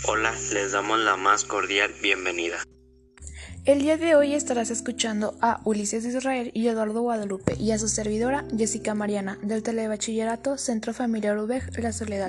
Hola, les damos la más cordial bienvenida. El día de hoy estarás escuchando a Ulises Israel y Eduardo Guadalupe y a su servidora Jessica Mariana del Telebachillerato Centro Familiar UVEG La Soledad.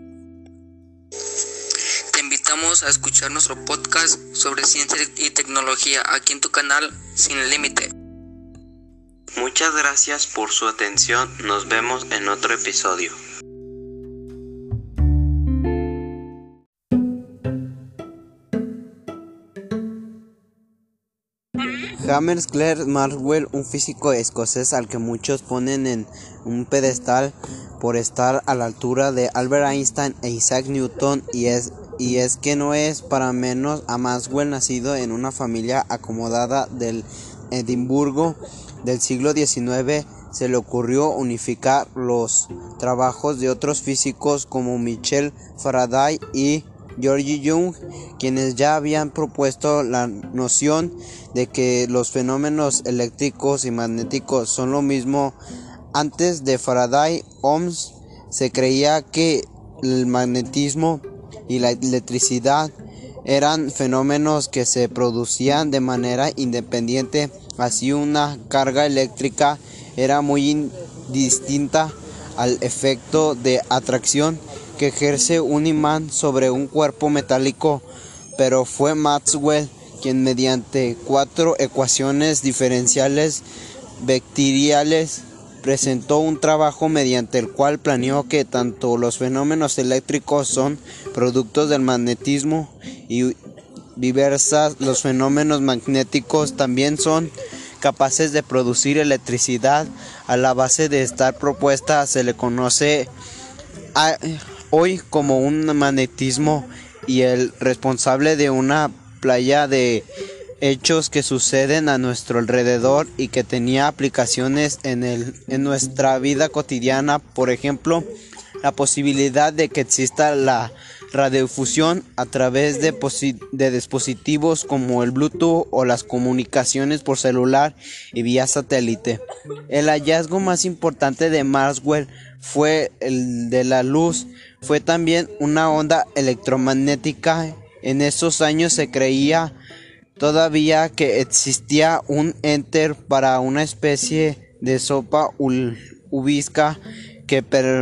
Te invitamos a escuchar nuestro podcast sobre ciencia y tecnología aquí en tu canal Sin Límite. Muchas gracias por su atención, nos vemos en otro episodio. James Clerk Maxwell, un físico escocés al que muchos ponen en un pedestal por estar a la altura de Albert Einstein e Isaac Newton, y es que no es para menos a Maxwell, nacido en una familia acomodada del Edimburgo del siglo XIX, se le ocurrió unificar los trabajos de otros físicos como Michael Faraday y George Young, quienes ya habían propuesto la noción de que los fenómenos eléctricos y magnéticos son lo mismo. Antes de Faraday, Ohms se creía que el magnetismo y la electricidad eran fenómenos que se producían de manera independiente. Así, una carga eléctrica era muy distinta al efecto de atracción que ejerce un imán sobre un cuerpo metálico, pero fue Maxwell quien, mediante 4 ecuaciones diferenciales vectoriales, presentó un trabajo mediante el cual planeó que tanto los fenómenos eléctricos son productos del magnetismo y viceversa, los fenómenos magnéticos también son capaces de producir electricidad. A la base de esta propuesta se le conoce hoy como un magnetismo, y el responsable de una playa de hechos que suceden a nuestro alrededor y que tenía aplicaciones en nuestra vida cotidiana. Por ejemplo, la posibilidad de que exista la radiodifusión a través de dispositivos como el Bluetooth o las comunicaciones por celular y vía satélite. El hallazgo más importante de Maxwell fue el de la luz. Fue también una onda electromagnética. En esos años se creía todavía que existía un éter para una especie de sopa ubisca que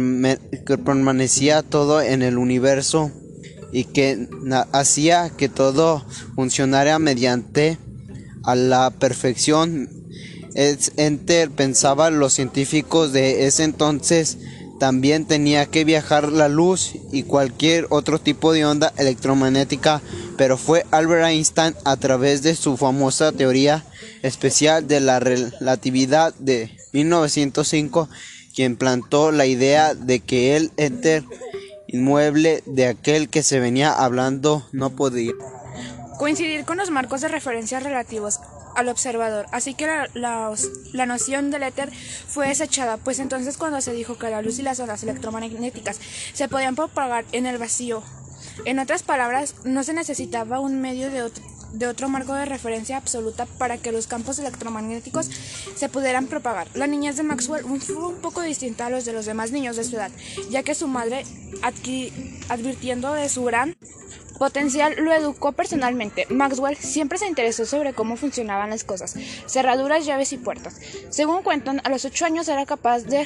permanecía todo en el universo y que hacía que todo funcionara mediante a la perfección. Éter, pensaban los científicos de ese entonces, también tenía que viajar la luz y cualquier otro tipo de onda electromagnética, pero fue Albert Einstein, a través de su famosa teoría especial de la relatividad de 1905, quien plantó la idea de que el éter inmueble de aquel que se venía hablando no podía Coincidir con los marcos de referencia relativos al observador, así que la noción del éter fue desechada, pues entonces cuando se dijo que la luz y las ondas electromagnéticas se podían propagar en el vacío, en otras palabras, no se necesitaba un medio de otro marco de referencia absoluta para que los campos electromagnéticos se pudieran propagar. La niñez de Maxwell fue un poco distinta a los de los demás niños de su edad, ya que su madre, advirtiendo de su gran potencial, lo educó personalmente. Maxwell siempre se interesó sobre cómo funcionaban las cosas, cerraduras, llaves y puertas. Según cuentan, a los 8 años era capaz de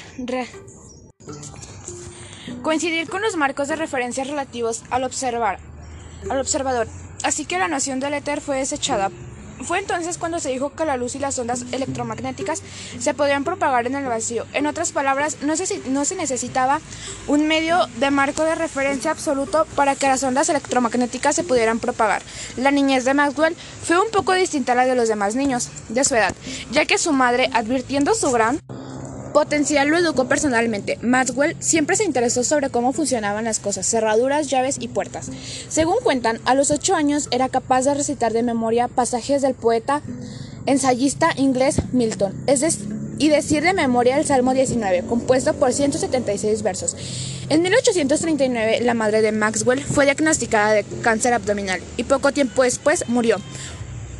coincidir con los marcos de referencia relativos al observador, así que la noción del éter fue desechada. Fue entonces cuando se dijo que la luz y las ondas electromagnéticas se podían propagar en el vacío. En otras palabras, no se necesitaba un medio de marco de referencia absoluto para que las ondas electromagnéticas se pudieran propagar. La niñez de Maxwell fue un poco distinta a la de los demás niños de su edad, ya que su madre, advirtiendo su gran potencial, lo educó personalmente. Maxwell siempre se interesó sobre cómo funcionaban las cosas, cerraduras, llaves y puertas. Según cuentan, a los 8 años era capaz de recitar de memoria pasajes del poeta ensayista inglés Milton, y decir de memoria el Salmo 19, compuesto por 176 versos. En 1839, la madre de Maxwell fue diagnosticada de cáncer abdominal y poco tiempo después murió.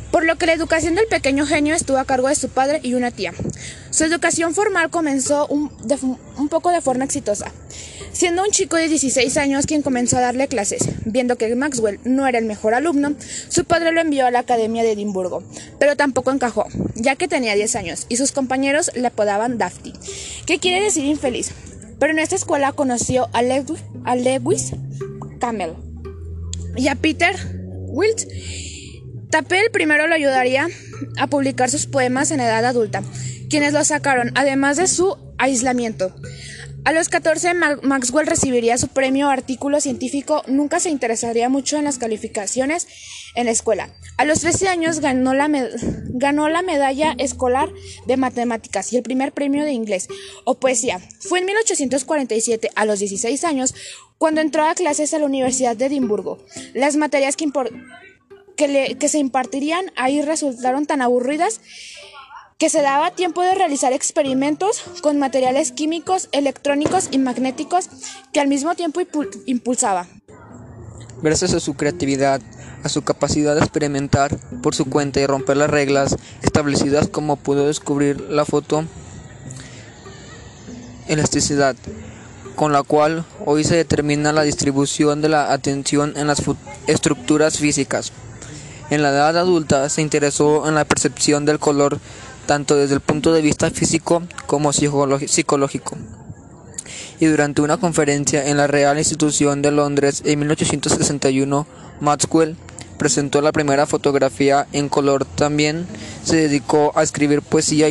por lo que la educación del pequeño genio estuvo a cargo de su padre y una tía. Su educación formal comenzó un poco de forma exitosa, siendo un chico de 16 años quien comenzó a darle clases. Viendo que Maxwell no era el mejor alumno, su padre lo envió a la Academia de Edimburgo, pero tampoco encajó, ya que tenía 10 años y sus compañeros le apodaban Daphne, que quiere decir infeliz. Pero en esta escuela conoció a Lewis Campbell y a Peter Wilt. Tappel primero lo ayudaría a publicar sus poemas en edad adulta, quienes lo sacaron, además de su aislamiento. A los 14, Maxwell recibiría su premio artículo científico. Nunca se interesaría mucho en las calificaciones en la escuela. A los 13 años ganó la medalla escolar de matemáticas y el primer premio de inglés o poesía. Fue en 1847, a los 16 años, cuando entró a clases a la Universidad de Edimburgo. Las materias que se impartirían ahí resultaron tan aburridas que se daba tiempo de realizar experimentos con materiales químicos, electrónicos y magnéticos que al mismo tiempo impulsaba. Gracias a su creatividad, a su capacidad de experimentar por su cuenta y romper las reglas establecidas, como pudo descubrir la fotoelasticidad, con la cual hoy se determina la distribución de la atención en las estructuras físicas. En la edad adulta se interesó en la percepción del color tanto desde el punto de vista físico como psicológico. Y durante una conferencia en la Real Institución de Londres en 1861, Maxwell presentó la primera fotografía en color. También se dedicó a escribir poesía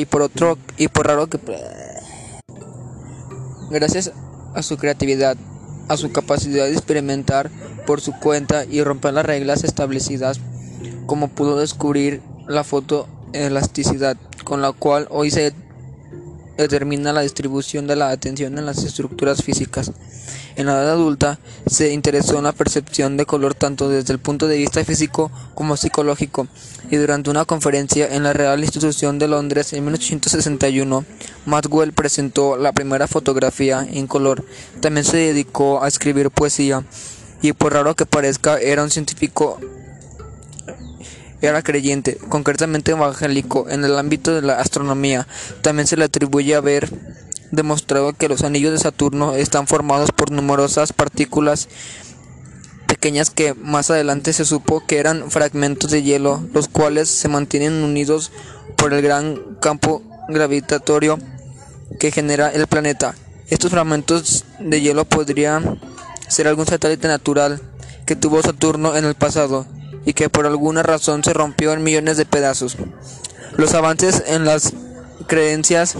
gracias a su creatividad, a su capacidad de experimentar por su cuenta y romper las reglas establecidas, como pudo descubrir la fotoelasticidad, con la cual hoy se determina la distribución de la atención en las estructuras físicas. En la edad adulta se interesó en la percepción de color tanto desde el punto de vista físico como psicológico, y durante una conferencia en la Real Institución de Londres en 1861, Maxwell presentó la primera fotografía en color. También se dedicó a escribir poesía y, por raro que parezca, era creyente, concretamente evangélico, en el ámbito de la astronomía. También se le atribuye haber demostrado que los anillos de Saturno están formados por numerosas partículas pequeñas que más adelante se supo que eran fragmentos de hielo, los cuales se mantienen unidos por el gran campo gravitatorio que genera el planeta. Estos fragmentos de hielo podrían ser algún satélite natural que tuvo Saturno en el pasado y que por alguna razón se rompió en millones de pedazos. Los avances en las creencias,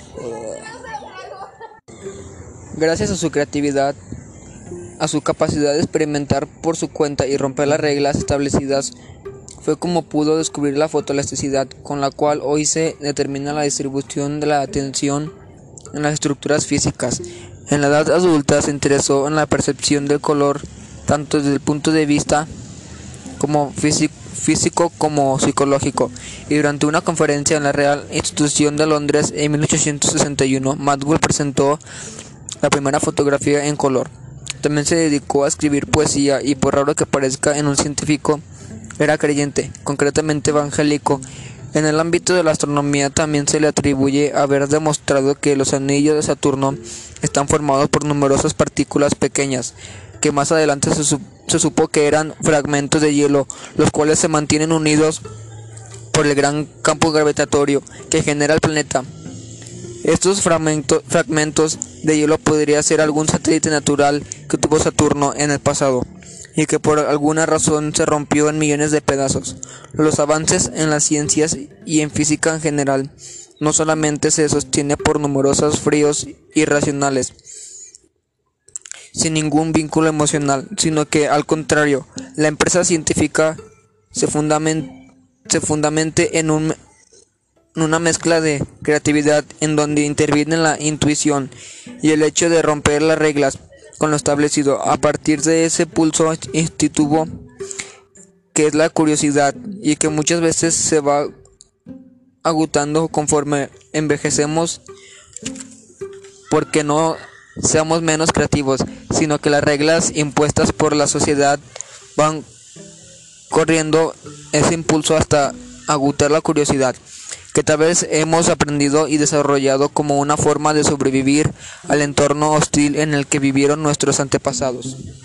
gracias a su creatividad, a su capacidad de experimentar por su cuenta y romper las reglas establecidas, fue como pudo descubrir la fotoelasticidad, con la cual hoy se determina la distribución de la atención en las estructuras físicas. En la edad adulta se interesó en la percepción del color, tanto desde el punto de vista como físico como psicológico, y durante una conferencia en la Real Institución de Londres en 1861, Maxwell presentó la primera fotografía en color. También se dedicó a escribir poesía y, por raro que parezca en un científico, era creyente, concretamente evangélico. En el ámbito de la astronomía también se le atribuye haber demostrado que los anillos de Saturno están formados por numerosas partículas pequeñas, que más adelante se supo que eran fragmentos de hielo, los cuales se mantienen unidos por el gran campo gravitatorio que genera el planeta. Estos fragmentos de hielo podría ser algún satélite natural que tuvo Saturno en el pasado y que por alguna razón se rompió en millones de pedazos. Los avances en las ciencias y en física en general no solamente se sostiene por numerosos fríos irracionales, sin ningún vínculo emocional, sino que, al contrario, la empresa científica se fundamente en una mezcla de creatividad en donde interviene la intuición y el hecho de romper las reglas con lo establecido. A partir de ese pulso instintivo que es la curiosidad y que muchas veces se va agotando conforme envejecemos, porque no seamos menos creativos, sino que las reglas impuestas por la sociedad van corriendo ese impulso hasta agutar la curiosidad, que tal vez hemos aprendido y desarrollado como una forma de sobrevivir al entorno hostil en el que vivieron nuestros antepasados.